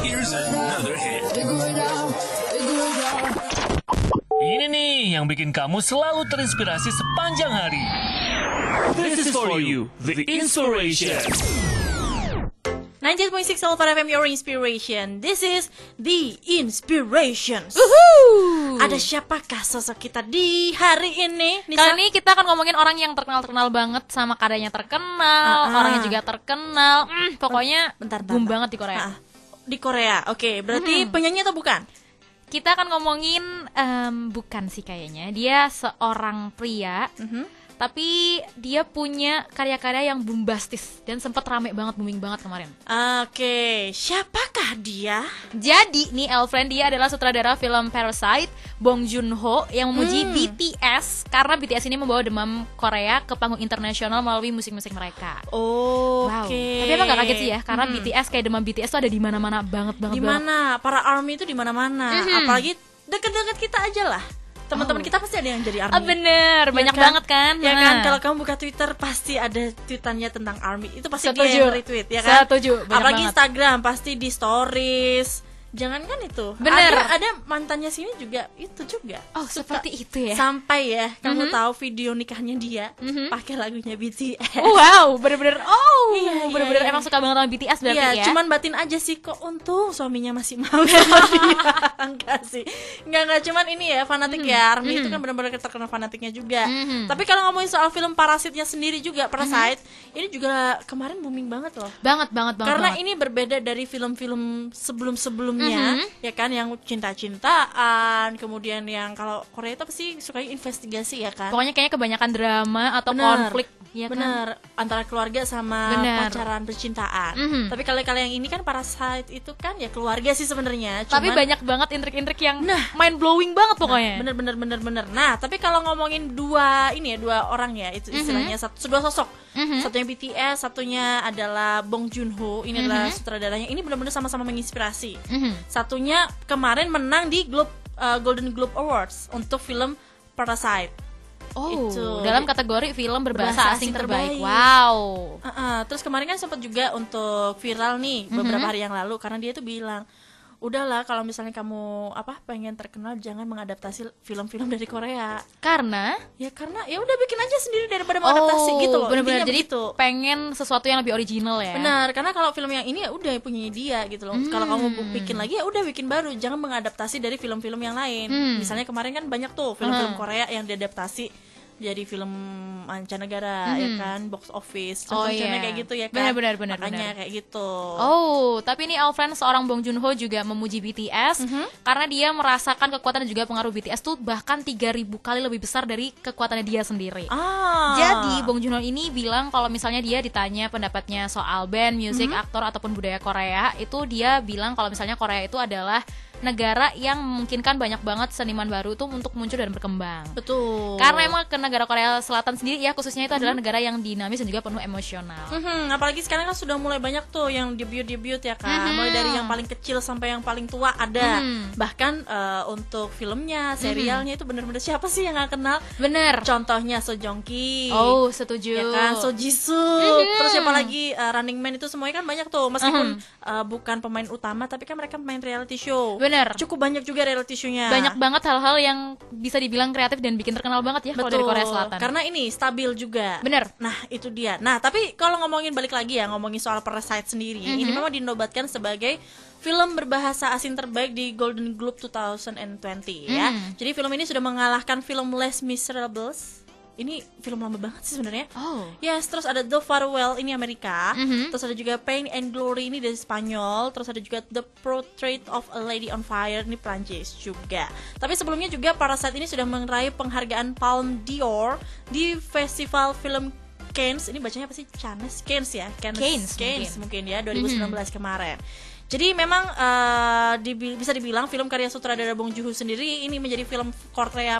Here's another hit. Ini nih yang bikin kamu selalu terinspirasi sepanjang hari. This is for you, the inspiration. 98.6 Alpha FM, your inspiration. This is The Inspirations. Ada siapakah sosok kita di hari ini, Nisa? Kali ini kita akan ngomongin orang yang terkenal banget, sama karyanya terkenal, orangnya juga terkenal. Pokoknya boom banget di Korea. Di Korea, oke. Berarti penyanyi atau bukan? Kita akan ngomongin, bukan sih kayaknya. Dia seorang pria, tapi dia punya karya-karya yang bombastis dan sempat rame banget, booming banget kemarin. Oke, siapakah dia? Jadi nih Elfriend, dia adalah sutradara film Parasite, Bong Joon-ho, yang memuji BTS karena BTS ini membawa demam Korea ke panggung internasional melalui musik-musik mereka. Wow. Tapi emang gak kaget sih ya, karena BTS kayak demam BTS tuh ada di mana-mana banget. Di mana? Para ARMY itu di mana-mana. Apalagi deket-deket kita aja lah. Teman-teman kita pasti ada yang jadi ARMY. Bener, banyak banget kan. Ya kan, kalau kamu buka Twitter pasti ada tweetannya tentang ARMY. Itu pasti dia yang retweet, ya kan? Setuju, banyak apalagi banget. Instagram pasti di stories. Jangankan itu. Bener. Ada mantannya sini juga itu juga. Oh, suka. seperti itu ya. Sampai ya, kamu tahu video nikahnya dia pakai lagunya BTS. Wow, bener-bener. Iya, bener-bener iya. emang suka banget sama BTS berarti Iya, ya. cuman batin aja sih, kok untung suaminya masih mau sama dia. Enggak sih. Enggak cuman ini ya, fanatik ya. ARMY itu kan benar-benar terkenal fanatiknya juga. Tapi kalau ngomongin soal film Parasitnya sendiri juga, Parasite, ini juga kemarin booming banget loh. Banget. Karena ini berbeda dari film-film sebelum-sebelumnya, ya kan, yang cinta-cintaan, kemudian yang kalau Korea itu pasti suka investigasi ya kan. Pokoknya kayaknya kebanyakan drama atau Bener, konflik, ya kan. bener, antara keluarga sama Bener. pacaran percintaan. Tapi kalau yang ini kan Parasite itu kan ya keluarga sih sebenarnya. Tapi banyak banget intrik-intrik yang mind blowing banget pokoknya. Bener. Nah, tapi kalau ngomongin dua orang ya, itu istilahnya dua sosok. Satunya BTS, satunya adalah Bong Joon-ho. Ini adalah sutradaranya. Ini benar-benar sama-sama menginspirasi. Satunya kemarin menang di Golden Globe Awards untuk film Parasite. Itu Dalam kategori film berbahasa asing terbaik. terbaik. Wow. Terus kemarin kan sempat juga untuk viral nih beberapa hari yang lalu, karena dia tuh bilang, udahlah kalau misalnya kamu pengen terkenal, jangan mengadaptasi film-film dari Korea. Karena Ya udah bikin aja sendiri daripada mengadaptasi gitu loh. bener-bener. Intinya Jadi begitu. pengen sesuatu yang lebih original ya. Benar, karena kalau film yang ini ya udah punya dia gitu loh. Kalau kamu bikin lagi ya udah bikin baru, jangan mengadaptasi dari film-film yang lain. Misalnya kemarin kan banyak tuh film-film Korea yang diadaptasi jadi film mancanegara, ya kan, box office, contohnya kayak gitu ya kan. Benar. Makanya kayak gitu. Tapi ini Elfriend, seorang Bong Joon-ho juga memuji BTS karena dia merasakan kekuatan dan juga pengaruh BTS tuh bahkan 3.000 kali lebih besar dari kekuatannya dia sendiri. Jadi Bong Joon-ho ini bilang kalau misalnya dia ditanya pendapatnya soal band, musik, aktor ataupun budaya Korea, itu dia bilang kalau misalnya Korea itu adalah negara yang memungkinkan banyak banget seniman baru tuh untuk muncul dan berkembang. Betul. Karena emang ke negara Korea Selatan sendiri ya khususnya itu adalah negara yang dinamis dan juga penuh emosional. Apalagi sekarang kan sudah mulai banyak tuh yang debut ya kan. Mulai dari yang paling kecil sampai yang paling tua ada. Bahkan untuk filmnya, serialnya itu bener-bener siapa sih yang gak kenal? Bener. Contohnya So Joong Ki. Setuju. Ya kan, So Jisoo. Terus siapa lagi, Running Man, itu semuanya kan banyak tuh. Meskipun bukan pemain utama, tapi kan mereka pemain reality show. Bener. Cukup banyak juga reality show-nya. Banyak banget hal-hal yang bisa dibilang kreatif dan bikin terkenal banget ya kalau dari Korea Selatan. Karena ini stabil juga. Bener. Nah, itu dia. Nah, tapi kalau balik lagi ya, ngomongin soal Parasite sendiri, ini memang dinobatkan sebagai film berbahasa asing terbaik di Golden Globe 2020 ya. Jadi film ini sudah mengalahkan film Les Miserables. Ini film lama banget sih sebenarnya. Yes, terus ada The Farewell, ini Amerika. Terus ada juga Pain and Glory, ini dari Spanyol. Terus ada juga The Portrait of a Lady on Fire, ini Prancis juga. Tapi sebelumnya juga Parasite ini sudah meraih penghargaan Palme d'Or di Festival Film Cannes. Ini bacanya apa sih? Cannes ya? Cannes mungkin ya, 2019 kemarin. Jadi memang bisa dibilang film karya sutradara Bong Joon-ho sendiri ini menjadi film Korea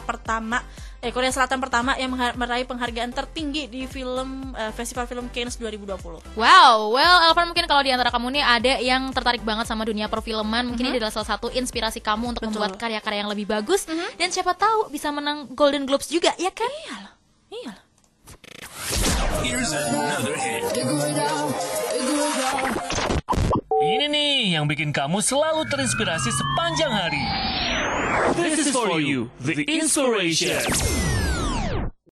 Selatan pertama yang meraih penghargaan tertinggi di Festival Film Cannes 2020. Wow, Elvan, mungkin kalau di antara kamu nih ada yang tertarik banget sama dunia perfilman, mungkin ini adalah salah satu inspirasi kamu untuk membuat karya-karya yang lebih bagus, dan siapa tahu bisa menang Golden Globes juga, ya kan? Iyalah. Here's another hit. Ini nih yang bikin kamu selalu terinspirasi sepanjang hari. This is for you, the inspiration.